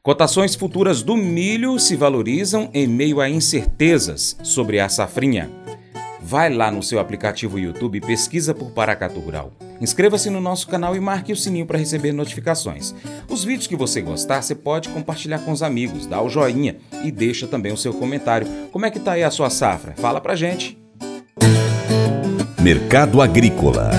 Cotações futuras do milho se valorizam em meio a incertezas sobre a safrinha. Vai lá no seu aplicativo YouTube e pesquisa por Paracatu Rural. Inscreva-se no nosso canal e marque o sininho para receber notificações. Os vídeos que você gostar, você pode compartilhar com os amigos, dá o joinha e deixa também o seu comentário. Como é que tá aí a sua safra? Fala pra gente! Mercado Agrícola.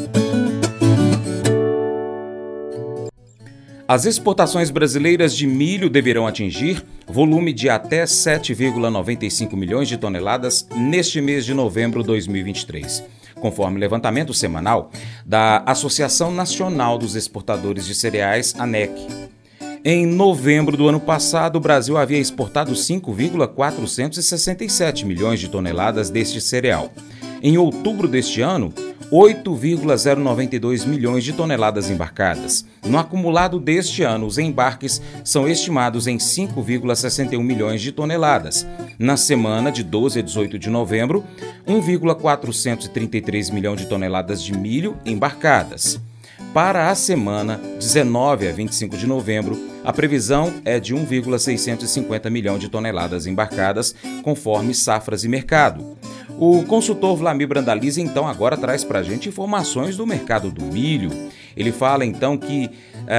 As exportações brasileiras de milho deverão atingir volume de até 7,95 milhões de toneladas neste mês de novembro de 2023, conforme levantamento semanal da Associação Nacional dos Exportadores de Cereais, ANEC. Em novembro do ano passado, o Brasil havia exportado 5,467 milhões de toneladas deste cereal. Em outubro deste ano, 8,092 milhões de toneladas embarcadas. No acumulado deste ano, os embarques são estimados em 5,61 milhões de toneladas. Na semana de 12 a 18 de novembro, 1,433 milhão de toneladas de milho embarcadas. Para a semana 19 a 25 de novembro, a previsão é de 1,650 milhão de toneladas embarcadas, conforme Safras e Mercado. O consultor Vlamir Brandalize, então, agora traz para a gente informações do mercado do milho. Ele fala, então, que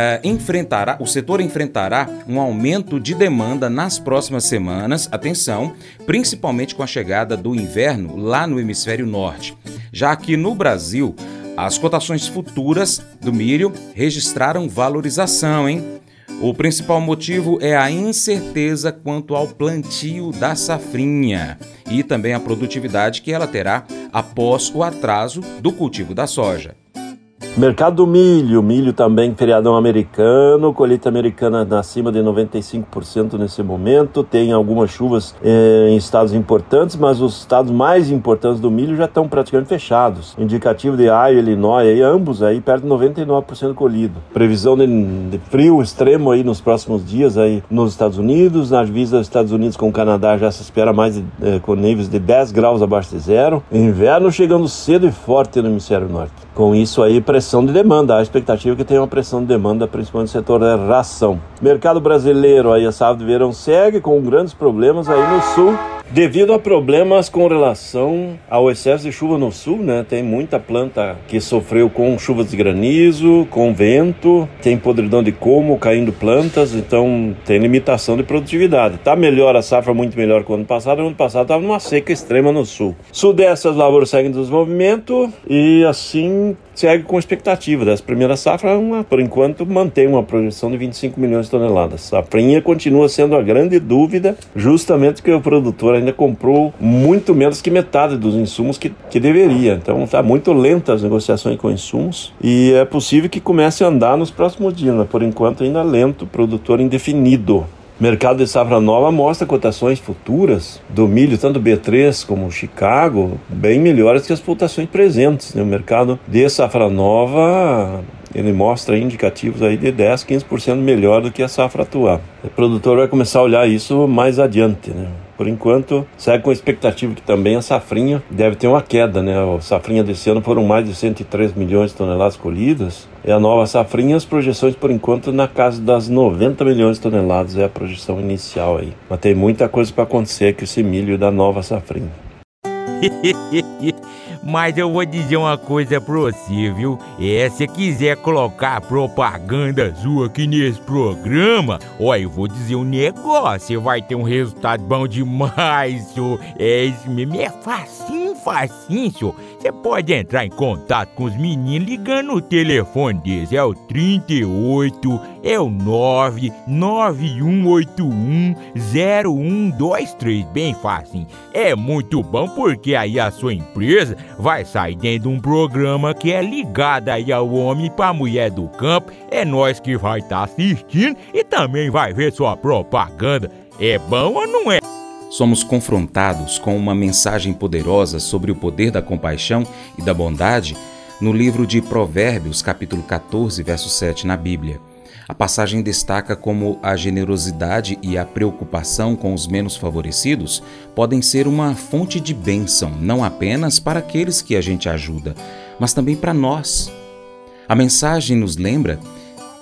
o setor enfrentará um aumento de demanda nas próximas semanas, atenção, principalmente com a chegada do inverno lá no hemisfério norte. Já aqui no Brasil, as cotações futuras do milho registraram valorização, hein? O principal motivo é a incerteza quanto ao plantio da safrinha e também a produtividade que ela terá após o atraso do cultivo da soja. Mercado do milho também feriadão americano, colheita americana acima de 95% nesse momento, tem algumas chuvas em estados importantes, mas os estados mais importantes do milho já estão praticamente fechados. Indicativo de Iowa e Illinois, aí, ambos aí perto de 99% colhido. Previsão de frio extremo aí nos próximos dias aí nos Estados Unidos, na divisa dos Estados Unidos com o Canadá já se espera mais com níveis de 10 graus abaixo de zero. Inverno chegando cedo e forte no hemisfério norte. Com isso aí, pressão de demanda. A expectativa é que tenha uma pressão de demanda, principalmente no setor da ração. Mercado brasileiro, aí a safra de verão segue com grandes problemas aí no sul, devido a problemas com relação ao excesso de chuva no sul, né? Tem muita planta que sofreu com chuvas de granizo, com vento, tem podridão de colmo, caindo plantas, então tem limitação de produtividade. Tá melhor a safra, muito melhor que o ano passado. O ano passado estava numa seca extrema no sul. Sudeste, as lavouras seguem em desenvolvimento e assim segue com expectativa dessa primeira safra, por enquanto mantém uma projeção de 25 milhões de toneladas. A safrinha continua sendo a grande dúvida, justamente porque o produtor ainda comprou muito menos que metade dos insumos que deveria. Então está muito lenta as negociações com insumos e é possível que comece a andar nos próximos dias, mas por enquanto ainda lento, produtor indefinido. Mercado de safra nova mostra cotações futuras do milho, tanto B3 como Chicago, bem melhores que as cotações presentes. O mercado de safra nova, ele mostra indicativos aí de 10, 15% melhor do que a safra atual. O produtor vai começar a olhar isso mais adiante, né? Por enquanto, segue com a expectativa que também a safrinha deve ter uma queda, né? A safrinha desse ano foram mais de 103 milhões de toneladas colhidas. E a nova safrinha, as projeções por enquanto na casa das 90 milhões de toneladas é a projeção inicial aí. Mas tem muita coisa para acontecer com esse milho da nova safrinha. Mas eu vou dizer uma coisa pra você, viu? Se quiser colocar propaganda sua aqui nesse programa, eu vou dizer um negócio, você vai ter um resultado bom demais, senhor. Isso mesmo, é facinho, senhor. Você pode entrar em contato com os meninos ligando o telefone deles, é o 38, é o 991810123, bem facinho. É muito bom porque aí a sua empresa vai sair dentro de um programa que é ligado aí ao homem pra mulher do campo. É nós que vai estar assistindo e também vai ver sua propaganda. É bom ou não é? Somos confrontados com uma mensagem poderosa sobre o poder da compaixão e da bondade no livro de Provérbios, capítulo 14, verso 7, na Bíblia. A passagem destaca como a generosidade e a preocupação com os menos favorecidos podem ser uma fonte de bênção, não apenas para aqueles que a gente ajuda, mas também para nós. A mensagem nos lembra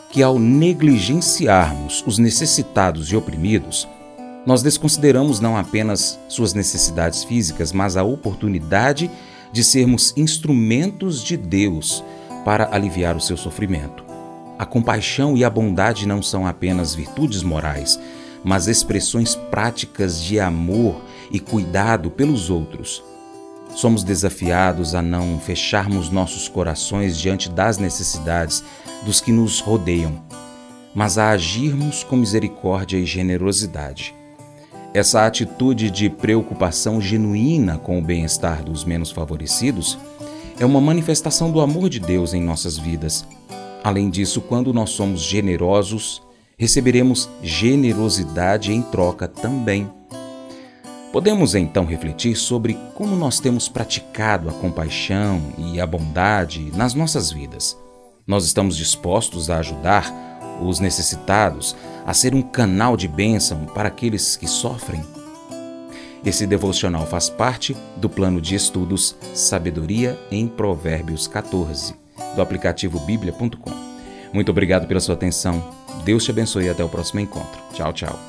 que ao negligenciarmos os necessitados e oprimidos, nós desconsideramos não apenas suas necessidades físicas, mas a oportunidade de sermos instrumentos de Deus para aliviar o seu sofrimento. A compaixão e a bondade não são apenas virtudes morais, mas expressões práticas de amor e cuidado pelos outros. Somos desafiados a não fecharmos nossos corações diante das necessidades dos que nos rodeiam, mas a agirmos com misericórdia e generosidade. Essa atitude de preocupação genuína com o bem-estar dos menos favorecidos é uma manifestação do amor de Deus em nossas vidas. Além disso, quando nós somos generosos, receberemos generosidade em troca também. Podemos então refletir sobre como nós temos praticado a compaixão e a bondade nas nossas vidas. Nós estamos dispostos a ajudar os necessitados, a ser um canal de bênção para aqueles que sofrem? Esse devocional faz parte do plano de estudos Sabedoria em Provérbios 14, do aplicativo bíblia.com. Muito obrigado pela sua atenção. Deus te abençoe e até o próximo encontro. Tchau, tchau.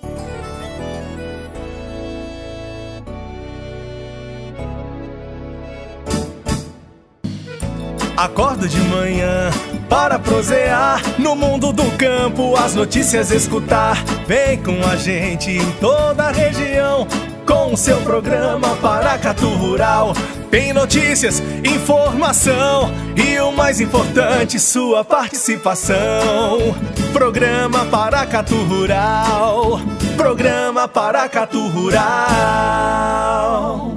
Acordo de manhã para prosear no mundo do campo, as notícias escutar. Vem com a gente em toda a região com o seu programa Paracatu Rural. Tem notícias, informação e o mais importante, sua participação. Programa Paracatu Rural. Programa Paracatu Rural.